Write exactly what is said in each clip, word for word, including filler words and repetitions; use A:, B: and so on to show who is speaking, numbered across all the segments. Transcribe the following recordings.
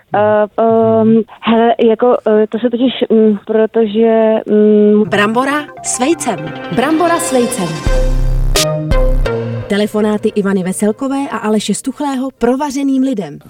A: Uh, um, hele, jako, uh, to se totiž, um, protože... Um...
B: Brambora s vejcem. Brambora s vejcem. Telefonáty Ivany Veselkové a Aleše Stuchlého provařeným lidem.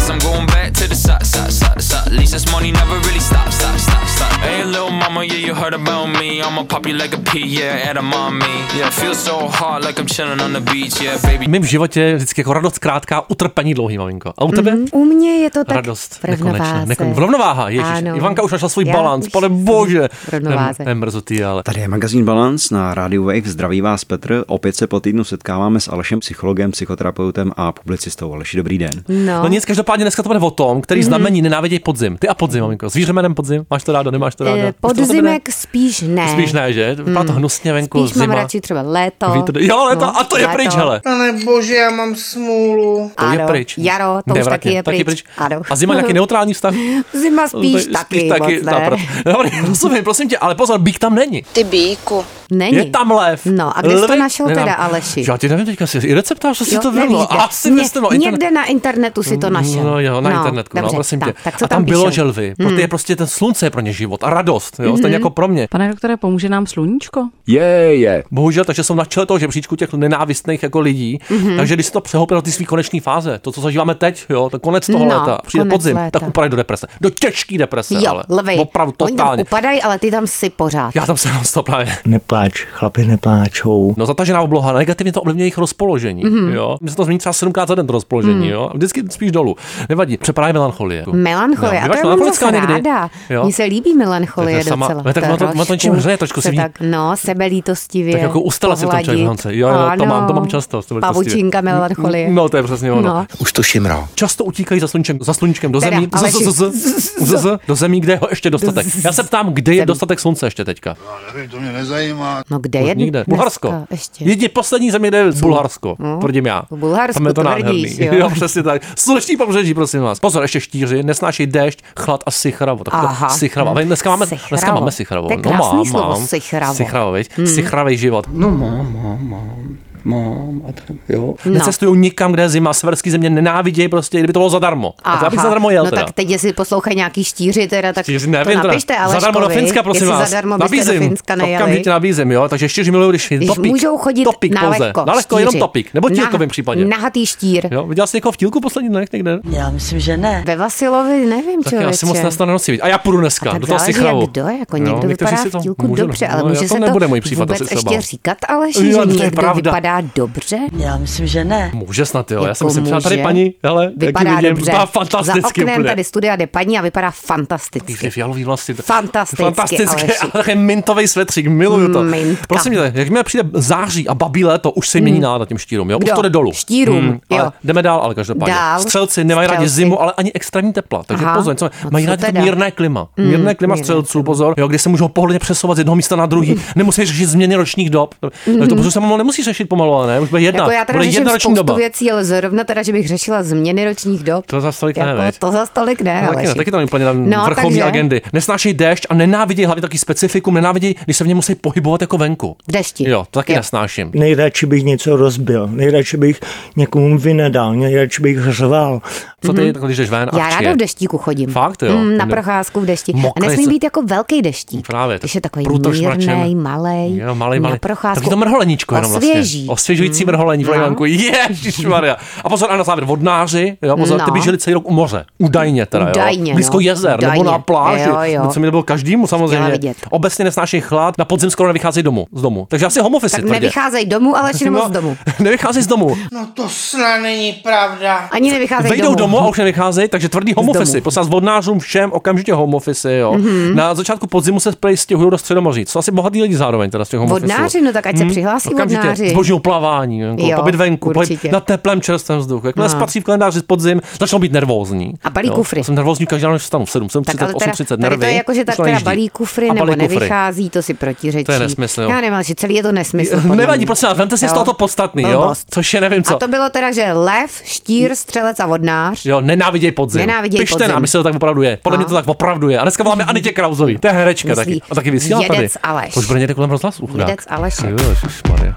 C: My v životě je vždycky jako radost krátká, utrpení dlouhý, maminko. A u tebe?
B: Mm-hmm. U mě je to tak
C: radost
B: v rovnováze.
C: Nekon, v rovnováha, ježiš. Ano. Ivanka už našla svůj balans, pane bože. Nemrzutý, ale.
D: Tady je magazín Balance na rádiu Wave. Zdraví vás Petr. Opět se po týdnu setkáváme s Alešem, psychologem, psychoterapeutem a publicistou. Aleši, dobrý den.
B: No,
C: no nic, každopádně dneska to bude o tom, který mm-hmm. znamení nenávidějí podzim. Ty a podzim, maminko. Zvíře jménem podzim. Máš to rádo, nemáš to rádo?
B: E, podzimek spíš ne.
C: Spíš ne, že? Vypadá to hnusně venku,
B: spíš
C: zima.
B: Mám radši třeba léto.
C: Vítr, jo, léto,
B: no,
C: a to je
B: léto.
C: pryč, hele.
E: Pane bože, já mám smůlu.
C: To
B: ano,
C: je pryč.
B: Jaro, to už taky je pryč. Taky pryč.
C: Ano. A zima nějaký neutrální vztah?
B: Zima spíš
C: to,
B: taky,
C: spíš taky
B: moc ne.
C: Dobrý, rozumím, prosím tě, ale pozor, býk tam není.
E: Ty býku.
B: Není.
C: Je tam lev.
B: No a kde jsi to našel
C: Nemám.
B: teda, Aleši?
C: Já ti nevím teďka, si i receptář, co si
B: Jo,
C: to bylo. Asi
B: Ně,
C: myslím,
B: někde na internetu si to našel.
C: No jo, na
B: no,
C: internetku,
B: dobře,
C: no, prosím
B: tak,
C: tě.
B: Tak co
C: a tam,
B: tam
C: bylo
B: píšou?
C: želvy,
B: Hmm.
C: protože prostě ten slunce je pro ně život a radost, jo, stejně jako pro mě.
F: Pane doktore, pomůže nám sluníčko?
D: Je, je.
C: Bohužel, takže jsou na čele toho žebříčku těch nenávistných jako lidí, mm-hmm. takže když se to přehoupí do té své koneční fáze, to, co zažíváme teď, jo, ten konec toho
B: no,
C: léta, přijde podzim, léta. Tak upadají do deprese. Do těžký deprese,
B: jo,
C: ale
B: levej.
C: Opravdu totálně.
B: Oni tam upadají, ale ty tam si pořád.
C: Já tam jsem to právě.
G: Nepláč, chlapi nepláčou.
C: No zatažená obloha, negativně to ovlivňuje jejich rozpoložení, mm-hmm. jo. My se to změní třeba sedmkrát za den to rozpoložení, mm. jo. Vždycky spíš dolů. Nevadí, přepadají melancholie.
B: Melancholie,
C: no,
B: a to je moc ráda. Mně se líbí melancholie
C: sama,
B: docela.
C: Tak to, to, to něčím hřeje, trošku si ví.
B: Tak, no, sebelítostivě.
C: Tak jako ustala si v tom člověk. Jo, jo, to mám, to mám často.
B: Pavučinka melancholie.
C: No, to je přesně ono.
B: No.
D: Už to šimrá.
C: Často utíkají za sluníčkem, za sluníčkem do zemí,
B: teda,
C: z, z, z, z, z, do zemí, kde je ho ještě dostatek. Já se ptám, kde je dostatek slunce ještě teďka.
E: Já nevím, to mě nezajímá.
B: No kde je
C: nikde. Bulharsko. Jedině poslední země, kde je Bulharsko. Tvrdím já.
B: Bulharsko
C: je to
B: tvrdíš, jo.
C: Jo, přesně tak. Sluneční pobřeží, prosím vás. Pozor, ještě štíři, nesnášejí déšť, chlad a sichravo.
B: Aha.
C: Sichrava. Dneska máme, dneska máme sichravo.
B: To je krásný slovo, sichravo.
C: Sichravo, viď? Sichravej život.
G: No mám, mám, mám. Mám, a to, jo.
B: No.
C: Necestujou nikam, kde je zima, severský země nenávidějí prostě, kdyby to bylo zadarmo. A to já bych zadarmo jel
B: no
C: teda.
B: Tak teď, jestli poslouchají nějaký štíři, teda, tak
C: štíři, nevím,
B: to napište Aleškovi.
C: Zadarmo do Finska, prosím vás.
B: Zadarmo byste do Finska nejeli.
C: Okamžitě nabízím, jo. Takže štíři milují, když je topík.
B: Můžou chodit
C: topík
B: na
C: pouze.
B: lehko,
C: na lehko, jenom topík. Nebo tílkovým
B: na,
C: případě.
B: Nahatý štír.
C: Jo, viděl jsi někoho v tílku poslední dnech někde?
F: Já myslím, že ne.
B: Ve Vasilovi nevím,
C: člověče. Tak já si moc na to nenosí. A já půjdu dneska do toho
B: Sichravu. Kdo jako někdo vypadá v tílku dobře, ale může se to vůbec ještě říkat, ale že někdo vypadá dobře.
F: Já myslím, že ne.
C: Může snad, jo.
B: Jako
C: já jsem myslím, že tady paní, hele,
B: vypadá
C: vidím,
B: dobře.
C: Vypadá fantasticky.
B: Za oknem
C: úplně.
B: tady studia jde paní a vypadá fantasticky.
C: Ty fialový vlasy.
B: Fantasticky,
C: Fantasticky, ale takový mintový svetřík, miluju to.
B: Mintka.
C: Prosím tě, jak mi přijde září a babí léto, už se jmění hmm. nálada tím štírům, jo? Už
B: Kdo?
C: to jde dolů.
B: Štírům,
C: hmm,
B: jo.
C: Jdeme dál, ale každopádně.
B: Dál.
C: Střelci nemají rádi zimu, ale ani extrémní tepla. Takže
B: Aha.
C: pozor, co mají rádi to mírné klima.
B: Mm,
C: mírné klima střelců, pozor, jo, kde se můžou pohodlně přesouvat z jednoho místa na druhý. Nemusí řešit změny ročních dob.
B: Mm.
C: To prostě samo nemusí řešit pomalu, ale ne? Už bude jedna.
B: Jako já teda
C: bude
B: řeším
C: jedna roční
B: spoustu
C: doba.
B: věcí, ale zrovna teda, že bych řešila změny ročních dob.
C: To za stolik
B: jako,
C: ne,
B: To za stolik ne,
C: no, taky, ne, taky tam úplně na
B: no,
C: vrcholní
B: takže...
C: agendy. Nesnášejí déšť a nenávidějí hlavně taky specifikum, nenávidějí, když se v něm musí pohybovat jako venku.
B: V dešti.
C: Jo, to taky
B: jo.
C: nesnáším.
G: Nejradši bych něco rozbil, nejradši bych někomu vynedal, nejradši bych řval.
C: Co ty,
B: mm-hmm.
C: když jdeš ven a
B: Já ráda v deštíku chodím.
C: Fakt, jo?
B: Mm, na procházku v dešti.
C: Mokrej
B: a nesmí
C: se...
B: být jako velký deštík.
C: Právě.
B: Když je takový mírnej, malej.
C: Jo, malej, malej.
B: Na procházku.
C: Taky to mrholeníčko jenom vlastně.
B: Osvěží.
C: Osvěžující mm. mrholení v Lejvanku. Ježišmarja. A pozor, a na závěr vodnáři, jo, pozor,
B: no.
C: ty by žili celý rok u moře. Údajně teda, jo.
B: Údajně,
C: blízko
B: no.
C: jezer,
B: Údajně.
C: nebo na pláži.
B: Jo, jo.
C: Co mi nebylo každému samozřejmě. Obecně nesnáší chlad, na podzim skoro nevycházejí domů, z domu. Takže asi home office.
B: Tak nevycházej domů, ale ještě nebo z domu.
C: Nevycházej z domu.
E: No to snad není pravda.
B: Ani nevycházej
C: Vejdou
B: domů.
C: domů a už nevycházejí, takže tvrdý home office. Prosím vás, vodnářům všem okamžitě home office, jo. Mm-hmm. Na začátku podzimu se prej stěhují do Středomoří. Co asi bohatý lidi zároveň teda z těch home office.
B: Vodnáři, no tak ať se přihlásí hmm, vodnáři.
C: Zbožňou plavání, jako,
B: jo,
C: pobyt venku,
B: určitě.
C: na teplém čerstvém vzduchu. Jakmile no. spatří v kalendáři z podzim, začnou být nervózní.
B: A balí
C: jo.
B: kufry.
C: Jsem nervózní každý den, vstanu v sedm, sedm třicet, osm třicet, nervy.
B: To je jako, že tak teda balí kufry nebo nevychází, to si protiřečí.
C: To je nesmysl, jo.
B: Já nevím, že celý je to nesmysl.
C: Nevadí, prosím vás, vemte si z toho to podstatný, jo. Což je nevím co.
B: A to bylo teda, že lev, štír, střelec a vodnář.
C: Jo, nenáviděj podzim.
B: Nenáviděj
C: Pište
B: podzim.
C: nám, jestli to tak opravdu je. Podle mě to tak opravdu je. A dneska voláme Anitě Krauzový. To je herečka taky. A taky vysílá tady.
B: Vědec Aleš.
C: Už bude někde kolem rozhlasu.
B: Vědec Aleš.
C: Ježišmarja.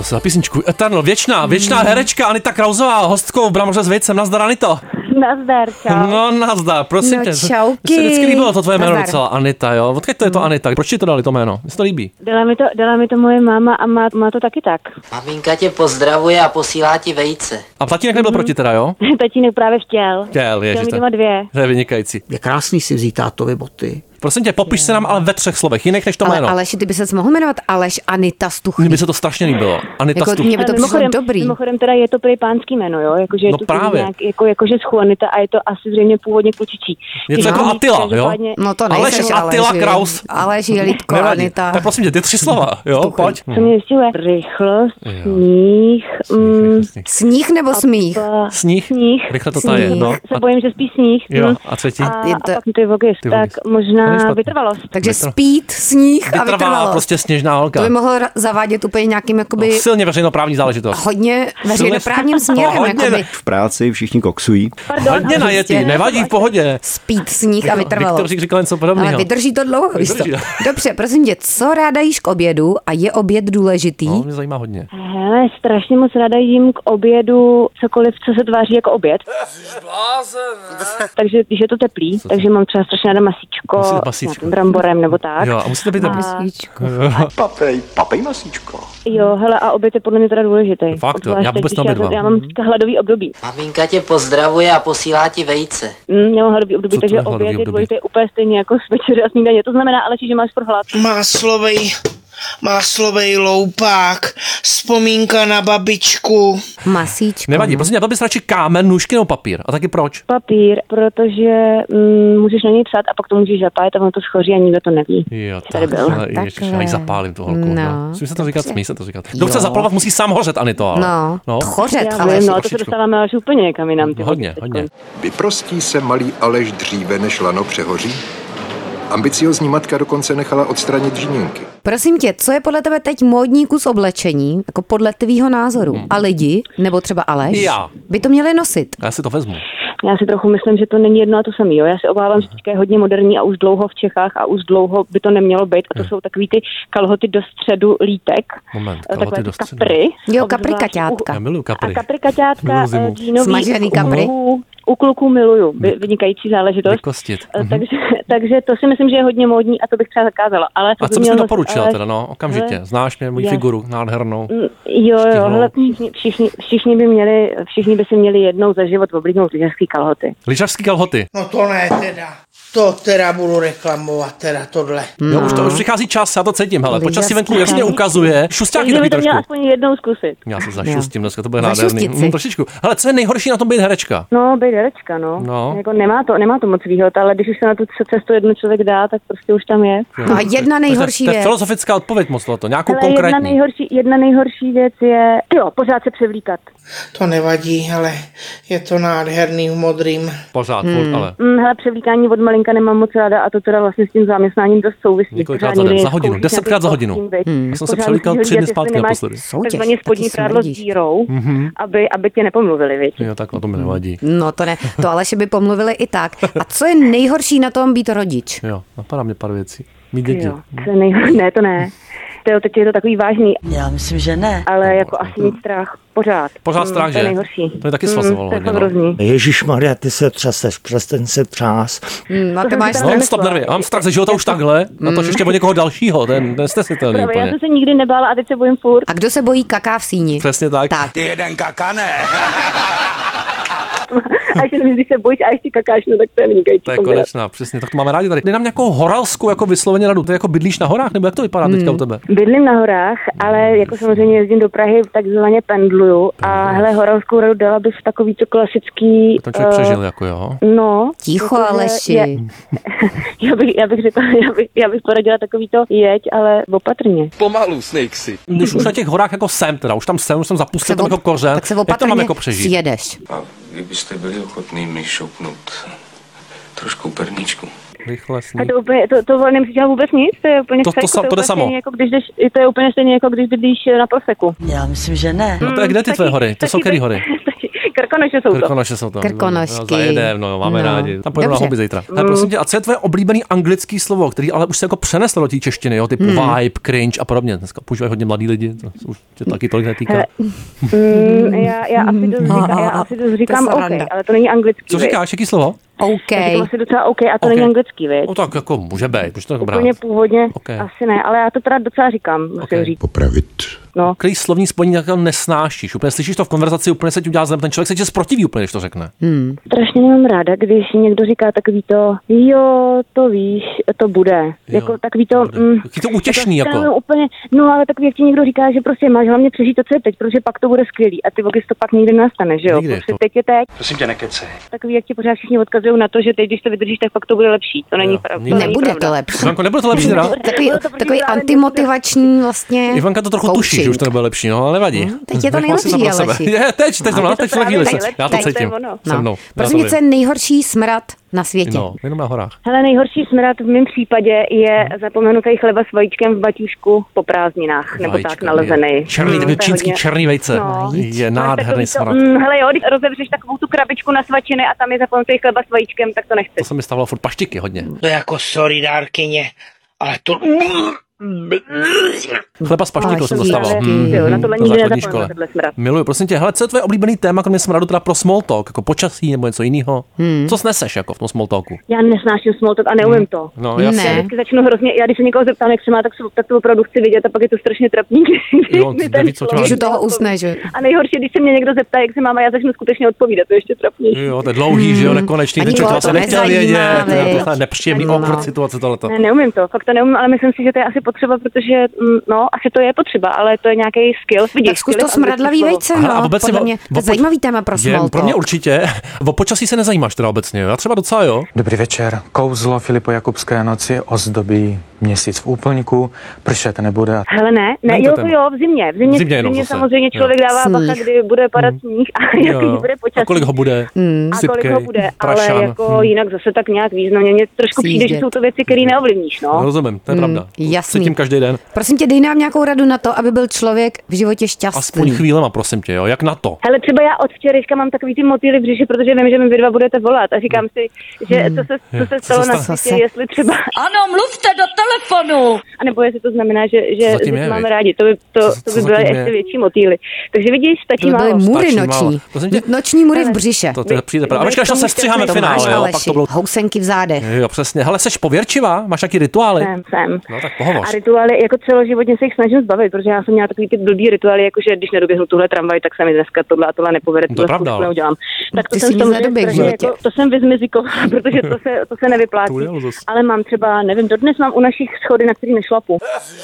C: to za písničku? Eternal, věčná, věčná herečka Anita Krausová, hostkou v Bramboře s vejcem. Nazdar, Anito.
A: Nazdar, čau.
C: No, nazdar, prosím
B: no,
C: tě.
B: Čauky.
C: To se vždycky líbilo to tvoje jméno docela, Anita, jo? Odkud to je to Anita? Proč ti to dali to jméno? Mně se to líbí.
A: Dala mi to, dala mi to moje máma a má, má to taky tak.
F: Maminka tě pozdravuje a posílá ti vejce.
C: A tatínek nebyl mm. proti teda, jo?
A: Tatínek právě chtěl.
C: Chtěl, ježiš.
A: Chtěl mi doma dvě.
C: To je vynikající.
G: Je krásný si vzít tátovi boty.
C: Prosím tě, popiš se nám ale ve třech slovech, jinak než to
B: ale,
C: jméno.
B: Aleši, ty by ses mohl jmenovat Aleš Anita Stuchlý.
C: Mně by se to strašně líbilo. Anita
B: jako,
C: Stuchlý.
B: Mně by to přišlo dobrý.
A: Mimochodem teda je to prý pánský jméno, jo? Jakože je
C: no
A: to
C: právě.
A: Nějak, jako, jakože z Juanita a je to asi zřejmě původně klučičí.
C: Něco jako Attila, jo?
B: No to nejseš
C: Aleš, Attila Kraus.
B: Aleš, Jelitko, Anita.
C: Tak prosím tě, ty tři slova, jo?
B: Stuchlý.
C: Pojď.
A: Co mě zjistuje? Rychlost, sníh, mm,
B: sníh nebo smích?
C: Sníh.
A: Sníh.
C: Rychle to taje, no.
A: Se bojím, že spíš sníh.
C: Jo, a třetí?
A: A, a pak ty vogis, tak možná vytrvalost.
B: Takže spít, sníh a vytrvalost.
C: Prostě sněžná holka.
B: To by mohlo zavádět úplně nějakým jakoby...
C: No, silně veřejnoprávní záležitost.
B: Hodně veřejnoprávním směrem.
C: No, hodně
B: jakoby.
D: V práci všichni koksují.
A: Pardon,
C: hodně najetý, nevadí, v pohodě.
B: Spít, sníh a vytrvalost.
C: Viktor říkal něco podobného.
B: Ale vydrží to dlouho, víš to. Dobře, prosím tě, co ráda jíš k obědu a je oběd důležitý?
C: No, mě zajímá hodně.
A: Hele, strašně moc ráda jím k obědu cokoliv, co se tváří jako oběd. Takže když je to teplý, co takže mám třeba strašně ráda masíčko, masíčko. Bramborem nebo tak.
C: Jo, a musíte být teplý.
B: Masíčko.
H: Papej, papej masíčko.
A: Jo, hele, a oběd je podle mě teda důležitý.
C: Fakt, jo, já vůbec neobědvám.
A: Já, já mám teďka hladový období.
F: Maminka tě pozdravuje a posílá ti vejce.
A: Mm, já mám hladový období, takže oběd je důležitý úplně stejně jako večeře a snídaně. To znamená, ale že máš pro hlad.
E: Máslovej, máslovej loupák, vzpomínka na babičku.
B: Masíčko.
C: Nevadí, prosím, to bys radši kámen, nůžky nebo papír. A taky proč?
A: Papír, protože mm, můžeš na něj psát a pak to můžeš zapálit a ono to schoří a nikdo to neví.
C: Jo,
A: tady
C: tak,
A: byl.
C: ale ježiš, já ji zapálím tu holku.
B: No.
C: No. Smí se to říkat, smí se to říkat. Kdo chce zapalovat, musí sám hořet, Anito. Ale.
B: No,
C: no.
B: hořet,
A: Já
B: ale
A: vím, no, to se dostáváme až úplně někam jinam. Ty
C: hodně, hodně.
H: Vyprostí se malý Aleš dříve, než lano přehoří? Ambiciozní matka dokonce nechala odstranit žíněnky.
B: Prosím tě, co je podle tebe teď módní kus oblečení, jako podle tvýho názoru? Hmm. A lidi, nebo třeba Aleš,
C: Já.
B: by to měli nosit?
C: Já si to vezmu.
A: Já si trochu myslím, že to není jedno a to samý. Jo? Já si obávám, že teďka je hodně moderní a už dlouho v Čechách a už dlouho by to nemělo být. A to jsou takový ty kalhoty do středu lítek.
C: Moment,
A: takové
C: do
A: středu. Kapry.
B: Jo, kapry kaťátka.
C: Já miluju kapry.
A: A kapry kaťátka, džínový.
B: Smažený kapry.
A: U kluků miluju, Vy, vynikající záležitost.
C: Vykostit.
A: Takže, takže to si myslím, že je hodně módní a to bych třeba zakázala. Ale
C: a co bys mi doporučila teda, no, okamžitě.
A: Ale,
C: Znáš mě, moji figuru, nádhernou.
A: Jo, jo, hele, všichni, všichni, všichni, by měli, všichni by si měli jednou za život oblíknout lyžařský kalhoty.
C: Lyžařský kalhoty?
E: No to ne teda. To teda budu reklamovat, teda tohle.
C: No. Jo, už to už přichází čas, já to cítím, hele. Počasí venku jasně ukazuje. Šustáky taky
A: to
C: trošku.
A: měla aspoň jednou zkusit.
C: Já se zašustím dneska, to bude nádherný. Hm, trošičku. Hele, co je nejhorší na tom být herečka?
A: No, být herečka, no.
C: no.
A: Jako nemá to, nemá to moc výhod, ale když už se na tu cestu jeden člověk dá, tak prostě už tam je.
B: No a jedna nejhorší věc.
C: To je filozofická odpověď moc to, nějakou
A: hele,
C: konkrétní.
A: Jedna nejhorší, jedna nejhorší věc je, jo, pořád se převlíkat.
E: To nevadí, ale je to nádherný v modrým.
C: Pořád, hmm. ale.
A: Mm, hele, převlíkání od malinka nemám moc ráda a to teda vlastně s tím zaměstnáním dost souvisí.
C: Několikrát za den, za hodinu, desetkrát za hodinu. Hmm. Já jsem se převlíkal tři dny zpátky naposledy.
A: Takzvaně spodní prádlo s dírou, mm-hmm. aby, aby tě nepomluvili, víš?
C: Jo, tak to mi nevadí.
B: No to ne, to Aleši by pomluvili i tak. A co je nejhorší na tom být rodič?
C: Jo, napadá mě pár věcí. Mít děti.
A: Jo, to nejhorší, ne, to ne. To je, teď je to takový vážný.
F: Já myslím, že ne.
A: Ale no, jako asi mít strach. Pořád.
C: Pořád strach,
A: mm,
C: že?
A: To je nejhorší.
C: To je taky svazovalo.
A: Mm, to je no.
G: Ježišmarja, ty se třeseš, přes ten se třás.
B: Mm, a ty máš
C: strach. No, stop nervy. Mám strach ze života už takhle. Mm. Na to ještě od někoho dalšího. Ten nesnesitelný
A: Právě,
C: úplně.
A: Já jsem se nikdy nebála a teď se bojím furt.
B: A kdo se bojí kaká v síni?
C: Přesně tak.
B: tak.
H: Ty jeden kaka ne.
A: A ještě když se bojíš a ještě kakáš, no tak to je vynikající.
C: To je konečná, přesně, tak to máme rádi tady. Dej nám nějakou horalskou jako vysloveně radu. Ty jako bydlíš na horách, nebo jak to vypadá hmm. teďka u tebe?
A: Bydlím na horách, ale jako samozřejmě jezdím do Prahy, takzvaně pendluju. A hele, horalskou radu dala bych takový to klasický...
C: To člověk uh, přežil, jako jo?
A: No.
B: Ticho, Aleši.
A: Je, já, bych, já bych řekla, já bych, já bych poradila takový to jeď, ale opatrně.
H: Pomalu, Snakesy.
C: Když už na těch horách jako jsem, teda už tam jsem, už jsem zapustil tam jako kořen,
B: tak se opatrně
C: jako
B: sjedeš.
I: A kdybyste byli ochotný mi šoupnout trošku perníčku.
C: Rychle
A: a to úplně, to, to nemusíš dělat vůbec nic, to je úplně
C: to, to, sam, to, to samo.
A: Jako když jdeš, to je úplně stejně jako když bydlíš na Proseku.
F: Já myslím, že ne.
C: No to je kde ty tvoje hory? To jsou který hory?
A: Krkonoše jsou to.
C: Krkonoše jsou to.
B: Krkonošky.
C: Zajedem, no, máme no. rádi. Tam pojďme na hobby zítra. Mm. Prosím tě, a co je tvoje oblíbený anglický slovo, který ale už se jako přeneslo do té češtiny, jo, typu mm. vibe, cringe a podobně. Dneska používají hodně mladí lidi, to už tě taky tolik netýká.
A: Hele, mm, já, já asi dost říkám, já asi dost říkám OK, ale to není anglický.
C: Co říkáš, jaký slovo?
B: OK.
A: Je to asi docela OK a to
C: okay.
A: není anglický, viď?
C: No tak jako může být, může to jako brát.
A: Úplně původně
C: okay.
A: asi ne, ale já to teda docela říkám, musím okay. říct.
H: Popravit.
A: No.
C: Který slovní spojení jako nesnášíš? Úplně slyšíš to v konverzaci, úplně se ti udělá zlem, ten člověk se ti zprotiví úplně, když to řekne.
B: Hmm.
A: Strašně mám ráda, když někdo říká takový to, jo, to víš, to bude. Jo, jako takový to...
C: Mm, to útěšný jako.
A: jako. Úplně, no ale takový, jak ti někdo říká, že prostě máš hlavně přežít to, co je teď, protože pak to bude skvělý a ty vokys to pak nikdy nastane, že jo?
C: Nikdy,
A: prostě to... teď je teď.
I: Prosím tě, nekecej.
A: Takový, jak ti pořád všichni odkazují na to, že teď, když to vydržíš, tak pak to bude lepší. To není pravda.
B: Nebude to lepší.
C: Ivanko, nebude to lepší teda?
B: Takový, takový antimotivační vlastně.
C: Ivanka to trochu tuší, že už to nebude lepší, no, ale nevadí.
B: Hmm, teď je to nejlepší, Aleši.
C: Je, teď, teď, teď, teď, teď, já to cítím. Se mnou.
B: Prosím mě, co je nejhorší smrad na světě?
C: No, jenom na horách.
A: Hele, nejhorší smrad v mém případě je zapomenutý chleba s vajíčkem v baťušku po prázdninách, nebo
C: Vajíčka,
A: tak nalezený.
C: Černý,
A: hmm,
C: čínský
A: hodně...
C: černý vejce.
A: No.
C: Je nádherný smrad.
A: Mm, hele jo, když rozevřeš takovou tu krabičku na svačiny a tam je zapomenutý chleba s vajíčkem, tak to nechci.
C: To se mi stavilo furt paštiky hodně.
E: To je jako sorry, dárkyně, ale to...
C: Chleba s paštikou jsem dostával.
A: Hmm. Jo, na tohle
C: to
A: nikdy nezapomenu, tenhle smrad.
C: Miluju, prosím tě, hele, co je tvoje oblíbený téma, kromě smradu, teda pro small talk, jako počasí nebo něco jiného? Hmm. Co sneseš jako v tom small talku?
A: Já nesnáším small talk a neumím hmm. to.
C: No, jasně.
A: Já vždycky začnu hrozně, já když se někoho zeptám, jak se má, tak, tak to opravdu chci vidět a pak je to strašně trapný.
C: Jo, nevíc, co
B: Když toho usne, že?
A: A nejhorší, když se mě někdo zeptá, jak se mám, a já začnu skutečně odpovídat, to je ještě trapnější.
C: Jo, to je dlouhý, že jo, nekonečný, ten člověk se nechtěl vědět, to je nepříjemný awkward situace tohleto.
A: Ne, neumím to, fakt to neumím, ale myslím si, že to je asi potřeba, protože no, asi to je potřeba, ale to je nějaký skill. Vidíš,
B: tak zkus to smradlavý vejce, no,
C: a vůbec
B: podle mě, to je zajímavý téma pro small talk.
C: Pro mě určitě. O počasí se nezajímáš teda obecně, já třeba docela jo.
J: Dobrý večer, kouzlo Filipo Jakubské noci ozdobí měsíc v úplňku, pršet nebude.
A: Hele ne, ne, jo, to jo, v zimě, v zimě, v zimě, v zimě samozřejmě člověk jo. dává bacha, kdy bude padat sníh a jaký bude počasí.
C: A kolik ho bude,
A: mm. A kolik ho bude, prašan. Ale jako hmm. jinak zase tak nějak významně, mě trošku přijde, že jsou to věci, které neovlivníš, no.
C: Rozumím, to je
B: mm.
C: pravda.
B: Jasný.
C: Cítím každý den.
B: Prosím tě, dej nám nějakou radu na to, aby byl člověk v životě šťastný.
C: Aspoň chvílema, prosím tě, jo, jak na to?
A: Hele, třeba já od včerejška mám takový ty motýly v břiše, protože vím, že mi vy dva budete volat a říkám si, že hmm. co se, co se stalo na světě, jestli třeba...
K: Ano, mluvte do telefonu!
A: A nebo jestli to znamená, že, že je, máme rádi, to by, to, to by byly ještě větší motýly. Takže vidíš, stačí
B: to
A: málo.
B: To byly mury noční. Noční mury v břiše.
C: To, to přijde pravda. A počkej, až to se střiháme finále, jo, pak to bylo...
B: Housenky v zádech.
C: Jo, přesně. Hele, seš pověrčivá? Máš nějaký rituály?
A: Jsem, jsem.
C: No tak pohovoř.
A: A rituály, jako celoživotně se jich snažím zbavit, protože já jsem měla takový ty blbý rituály, jako že když nedoběhnu tuhle tramvaj, tak se mi dneska tohle a tohle nepovede,
C: to pravda, ale...
A: neudělám. Tak to
B: Ty
A: jsem
B: nedoběh,
A: jako, to jsem vyzmizikovala, protože to se, to se nevyplácí. Ale mám třeba, nevím, dodnes mám u našich schody, na který nešlapu.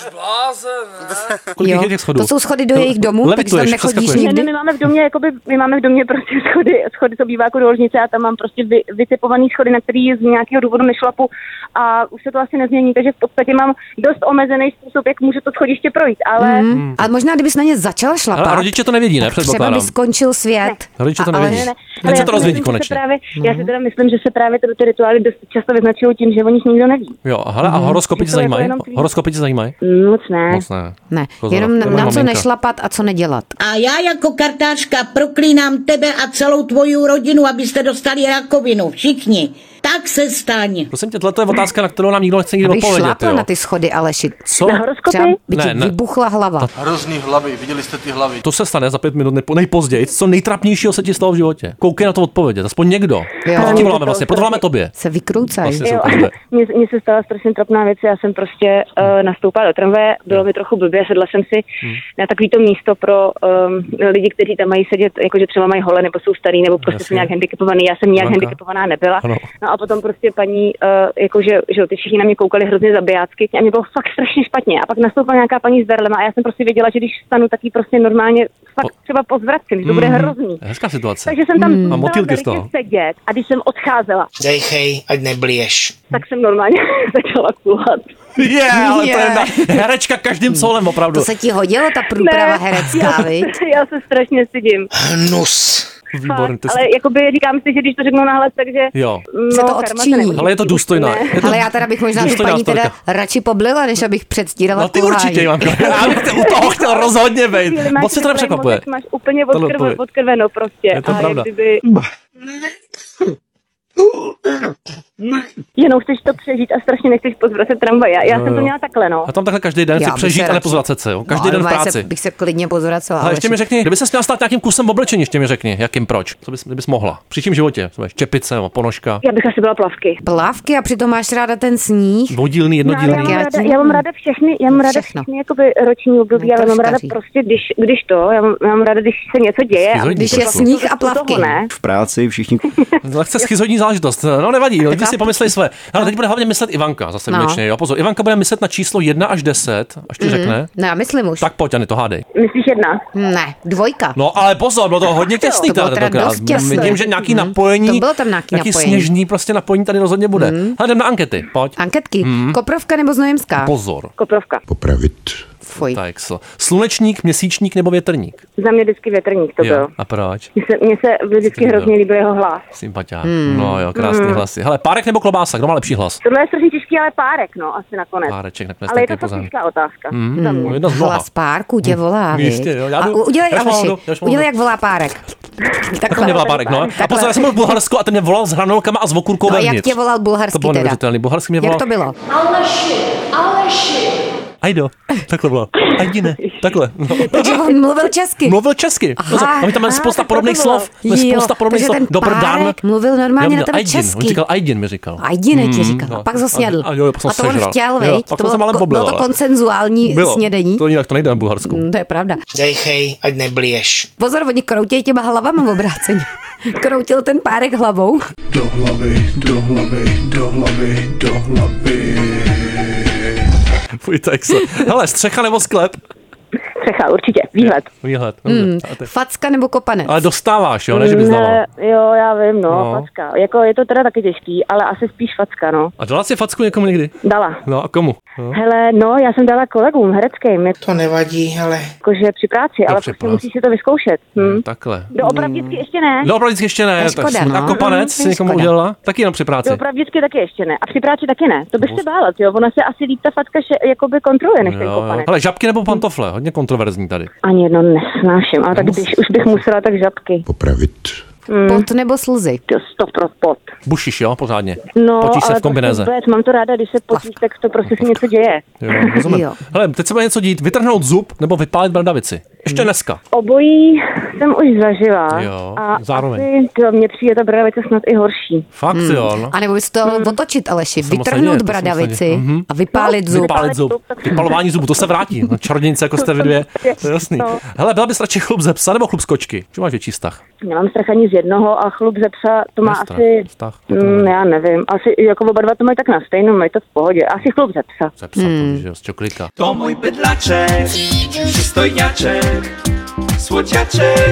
B: Jo, to jsou schody do jejich domů, takže tam nechodíš nikdy?
A: Ne, ne, my máme v domě, jakoby, my máme v domě prostě schody, schody z obýváku do ložnice a tam mám prostě vy, vytipovaný schody, na který z nějakého důvodu nešlapu a už se to asi nezmění, takže v podstatě mám dost omezený způsob, jak můžu to schodiště projít, ale...
B: Mm. A možná, kdybys na ně začal šlapat.
C: Ale rodiče to nevědí, ne?
B: Třeba by skončil svět.
C: Ne. Rodiče to nevědí.
A: Ne, ne,
C: ne. Nechce to rozvědí konečně.
A: Právě, mm. Já si teda myslím, že se právě ty rituály dost často vyznačují tím, že o nich nikdo neví.
C: Jo, hele, a horoskopy tě zajímají? Horoskopy tě zajímají?
A: Moc ne.
C: Moc ne.
B: Ne, jenom na, na co nešlapat a co nedělat.
K: A já jako kartářka proklínám tebe a celou tvoji rodinu, abyste dostali rakovinu. Všichni. Tak se staň.
C: Prosím tě, tohle je otázka, na kterou nám nikdo nechce nikdo odpovědět.
B: Abych šlapla na ty schody, Aleši.
C: Co?
A: Na horoskopy?
B: Třeba by ti
C: ne, ne.
B: vybuchla hlava.
L: Hrozný hlavy, viděli jste ty hlavy.
C: To se stane za pět minut nejpo, nejpozději. Co nejtrapnějšího se ti stalo v životě? Koukej na to odpovědět, aspoň někdo. Ti voláme vlastně, proto voláme tobě.
B: Se vykroucají.
C: Vlastně
A: Mně se stala strašně trapná věc, já jsem prostě uh, nastoupila do tramvaje, bylo mi trochu blbě, sedla jsem si hmm. na takovýto místo pro um, lidi, kteří tam mají sedět, jakože třeba mají hole, nebo jsou starý, nebo prostě jsou nějak handicapovaný. Já jsem nějak handicapovaná nebyla. Ano. No a potom prostě paní, uh, jakože, že ty všichni na mě koukali hrozně zabijácky a mě bylo fakt strašně špatně. A pak nastoupila nějaká paní s berlem a já jsem prostě věděla, že když stanu, tak jí prostě normálně fakt třeba pozvracím, že to bude hrozný.
C: Hezká situace.
A: Takže jsem tam
C: mm.
A: musela sedět a když jsem odcházela,
E: dejchej, ať neblíješ.
A: Tak jsem normálně začala kulat.
C: Je, yeah, ale yeah. to je herečka každým solem opravdu.
B: To se ti hodilo, ta průprava ne, herecká,
A: já,
B: viď?
A: Já se strašně stydím.
E: Hnus.
C: Výborný.
A: Ale jakoby říkám si, že když to řeknu nahlas, takže
C: jo.
A: No,
B: se to odčiní.
C: Ale je to důstojná. Je to
B: ale já teda bych možná tu paní teda radši poblila, než abych předstírala.
C: No ty kulhání. Určitě, Ivanko. Já bych u toho chtěl rozhodně být. Moc se to nepřekvapuje.
A: Máš úplně odkrveno prostě.
C: Je to pravda.
A: Jenom chceš to přežít a strašně nechceš pozvracet tramvaj. Já, já no, jsem to měla takhle, no.
C: A tam takhle každý den si přežít a nepozvracet se, jo? Každý no, den v práci.
B: Se, bych se klidně pozvracovala.
C: Ale ještě mi řekni, kdyby se měla stát nějakým kusem oblečení, ještě mi řekni, jakým proč? Co bys, bys mohla? Při čím životě? Čepice nebo ponožka?
A: Já bych asi byla plavky.
B: Plavky a přitom máš ráda ten sníh.
C: Vodílný, jednodílný.
A: No, já, mám ráda, já mám ráda všechny, já mám ráda všechny, všechny jakoby roční období, ale mám ráda prostě, když, když to, já mám, já mám ráda, když se něco děje. A
B: když je sníh a plavky.
D: V práci všichni.
C: Lehce schizodní záležitost. No nevadí, lidi si pomyslej své. Ale teď bude hlavně myslet Ivanka, zase no. Výjimečně, jo, pozor. Ivanka bude myslet na číslo jedna až deset, až ti mm. řekne.
B: Ne, já myslím už.
C: Tak pojď, Ani, to hádej.
A: Myslíš jedna?
B: Ne, dvojka.
C: No ale pozor, bylo to hodně těsný tady tentokrát. Vidím, že nějaký mm. napojení,
B: to bylo tam nějaký,
C: nějaký
B: napojení.
C: sněžný prostě napojení tady rozhodně bude. Mm. Ale jdem na ankety, pojď.
B: Anketky. Mm. Koprovka nebo Znojemská?
C: Pozor.
A: Koprovka.
D: Popravit.
B: Fuj.
C: Tak, slunečník, měsíčník nebo větrník?
A: Za mě vždycky větrník to
C: jo.
A: byl.
C: A proč?
A: Mně se, mně se vždycky hrozně líbil jeho hlas.
C: Sympatiák. Hmm. No jo, krásný hmm. hlasy. Hele, párek nebo klobása, kdo má lepší hlas?
A: Tohle je strašně těžký, ale párek, no, asi nakonec.
C: Páreček, nakonec.
A: Ale je to faktická otázka.
C: Hmm. Za mě. Hmm.
B: Hlas párku tě volá, hmm. Jistě, jo. Já jdu, a udělej, Aleši, udělej, jak volá párek.
C: Tak mě volá párek, no. A pozor, já jsem byl v Bulharsku a ten mě volal s hranolkama a s okurkou vevnitř.
B: Jak tě volal bulharský teda?
C: To bylo neuvěřitelný. Bulharský mě volal.
B: Jak to bylo?
M: Aleši, Aleši.
C: Ajdo, takhle bylo. Ajdine, takhle. No.
B: Takže on mluvil česky.
C: Mluvil česky. Aha, a my tam máme spousta podobných slov. Máme spousta podobných slov.
B: Dobr dan. Mluvil normálně na ten česky.
C: On říkal Ajdin, mi říkal.
B: Ajdine ti říkal. A pak zasnědl. A, a, a to on chtěl, veď? To bylo to konsenzuální snědení.
C: To jinak to nejde na Bulharsku.
B: To je pravda.
E: Dejchej, ať neblíješ.
B: Pozor, oni kroutějí těma hlavama obráceně. Kroutil ten párek hlavou.
N: Do hlavy, do hlavy, do hlavy, do hlavy.
C: Fuj, tak se. Hele, střecha nebo sklep?
A: Střecha, určitě. Výhled.
C: Výhled.
B: Mm. Facka nebo kopanec?
C: Ale dostáváš, jo, ne, že bys dala.
A: Ne, jo, já vím, no, no, facka. Jako je to teda taky těžký, ale asi spíš facka, no.
C: A dala jsi facku někomu někdy?
A: Dala.
C: No a komu? No.
A: Hele, no, já jsem dala kolegům hereckým.
E: To nevadí, ale...
A: Jakože při práci, no, ale prostě musíš si to vyzkoušet. Hm?
C: Hmm, takhle.
A: Doopravdicky hmm. ještě ne.
C: Doopravdicky ještě ne.
B: Tak škoda, no.
C: A kopanec si někomu udělala? Taky jenom při práci.
A: Doopravdicky taky ještě ne. A při práci taky ne. To bych se bála, jo. Ona se asi líp ta facka jakoby kontroluje než ten kopanec.
C: Ale žabky nebo pantofle? Hodně kontroverzní tady.
A: Ani jedno nesnáším, ale tak když už bych musela, tak žabky.
D: Popravit.
B: Mm. Pot nebo slzy?
A: Stop pro pot.
C: Bušíš, jo, pořádně.
A: No,
C: potíš se
A: ale
C: v kombinéze.
A: Prostě mám to ráda, když se potíš, tak to prostě si něco děje.
C: Jo, rozumím. Jo. Hele, teď se bude něco dít. Vytrhnout zub nebo vypálit bradavici. Ještě dneska.
A: Obojí jsem už zažila.
C: Jo,
A: a
C: zároveň.
A: Asi, to mně přijde ta bradavice snad i horší.
C: Fakt, hmm. jo. No.
B: A nebo bys to hmm. otočit, Aleši. Vytrhnout bradavici hmm. a vypálit no, zub.
C: Vypálit zub. Vypalování zubu, to se vrátí. No, čarodějnice, jako jste vy dvě. To je jasný. No. Hele, byla bys radši chlup ze psa nebo chlup z kočky? Čo máš větší vztah?
A: Nemám strach ani z jednoho a chlup ze psa to má
C: Nestrach,
A: asi...
C: Vztah,
A: mm, já nevím. Asi jako oba dva to mají tak na stejno, mají to v pohodě. Asi chlup ze psa.
C: Ze psa, hmm. to víš, z čoklíka.
N: To můj bydlaček, přistojňaček, słodziaczek,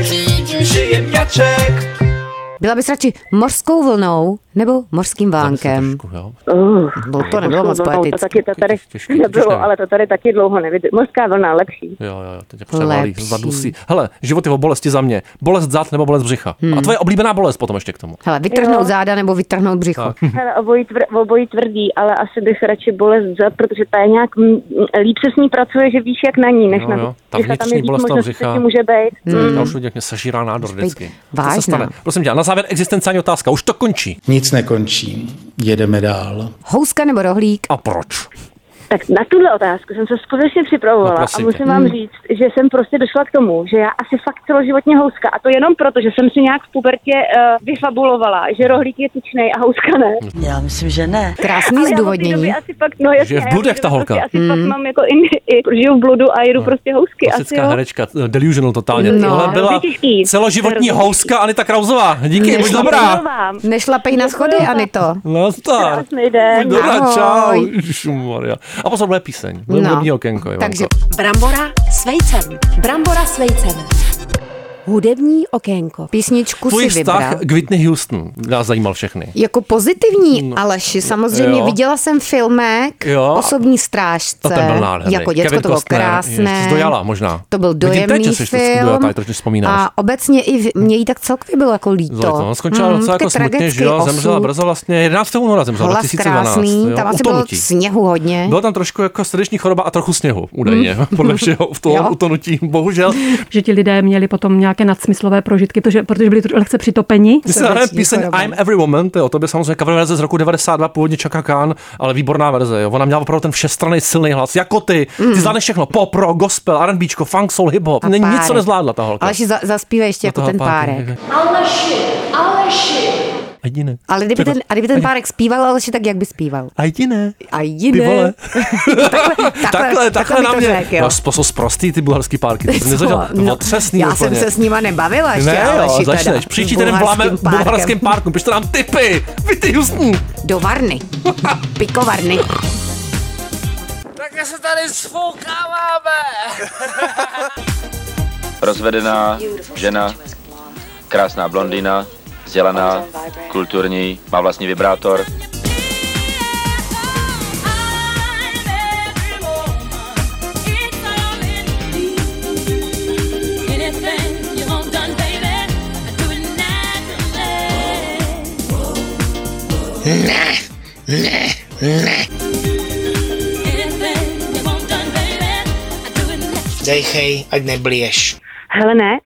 N: przyjemniaczek.
B: Byla bys radši mořskou vlnou nebo mořským vánkem?
A: Uh,
B: no to nebylo moc poetické.
A: To taky to tady těžký, nebylo, ale to tady taky dlouho nevydrží. Mořská vlna lepší.
C: Jo, jo, to tě převalí, zadusí. Hele, život je o bolesti za mě. Bolest zad nebo bolest břicha. Hmm. A tvoje oblíbená bolest potom ještě k tomu.
B: Hele, vytrhnout jo. záda nebo vytrhnout břicho.
A: Tak. Hele, obojí, tvr, obojí tvrdý, ale asi bych radši bolest zad, protože ta je nějak m, líp se s ní pracuje, že víš jak na ní, než jo, na
C: jo. Ta vnitřní bolest toho břicha.
A: Může být.
C: Hmm. Já už vidím, jak mě sežírá nádor vždycky. To se stane. Prosím tě, na závěr existenciální otázka. Už to končí.
O: Nic nekončí. Jedeme dál.
B: Houska nebo rohlík?
C: A proč?
A: Tak na tuhle otázku jsem se skutečně připravovala no, a musím vám říct, že jsem prostě došla k tomu, že já asi fakt celoživotně houska. A to jenom proto, že jsem si nějak v pubertě uh, vyfabulovala, že rohlík je tučnej a houska ne.
F: Já myslím, že ne.
B: Krásný zdůvodnění.
A: No,
C: že je v bludech ta holka.
A: Asi mm. fakt mám jako in, i, žiju v bludu a jedu no. prostě housky.
C: Klasická
A: asi,
C: herečka, delusional totálně.
B: No.
C: Tohle byla celoživotní houska Anita Krauzová. Díky, buď dobrá.
B: Nešlapej na schody, Anito.
C: Nazdar.
A: Krásný den.
C: Buď dobrá, čau. A pozor, bude píseň. Byl no. Okénko,
B: takže
M: Brambora s vejcem. Brambora s vejcem.
B: Hudební okénko. Písničku
C: Tvůj
B: si vybral.
C: Tvůj vztah k Whitney Houston nás zajímal všechny.
B: Jako pozitivní, no. Aleši, samozřejmě jo. Viděla jsem filmek jo. Osobní strážce.
C: To ten byl nádherný.
B: Jako děcko to bylo krásné.
C: Jsi dojala možná.
B: To byl dojemný
C: teď,
B: film.
C: Dojatá,
B: a obecně i mě jí tak celkově bylo jako líto.
C: Zlejto. Skončila hmm, docela jako smutně, že jo, zemřela brzo vlastně, jedenáctého února zemřela, dva tisíce dvanáct.
B: Krásný, tam asi bylo sněhu hodně.
C: Bylo tam trošku jako srdeční choroba a trochu sněhu, údajně, hmm. podle všeho v tom utonutí, bohužel.
P: Že ti lidé měli potom nějaké nadsmyslové prožitky, protože, protože byli lehce přitopeni.
C: Píseň I'm Every Woman, to, to by samozřejmě cover verze z roku devadesát dva, původně Chaka Khan, ale výborná verze. Jo. Ona měla opravdu ten všestranný silný hlas, jako ty. Ty mm. zvládneš všechno, pop, rock, gospel, R and B, funk, soul, hip hop. Není nic, co nezvládla ta holka.
B: Aleši, za, zaspívej ještě jako ten párek.
M: Aleši, Aleši.
C: A jdi ne.
B: Ale kdyby ten, a kdyby ten párek zpíval, Aleši, tak jak by zpíval?
C: A jdi ne.
B: A jdi ne.
C: takhle, takhle, takhle na mě. Řek, no, to jsou sprostý ty bulharský párky. To nezadělal. No, otřesný
B: já
C: úplně.
B: jsem se s nima nebavila ještě,
C: ne,
B: Aleši,
C: jo, začneš. Příští týden voláme bulharským párkům. Pište nám tipy. Whitney Houston.
B: Do Varny. Pikovarny.
Q: Tak se tady sfoukáváme.
R: Rozvedená žena, krásná blondýna, vzdělaná, kulturní, má vlastní vibrátor.
E: Ne, ne, ne. Dejchej, ať neblíješ.
A: Hele ne,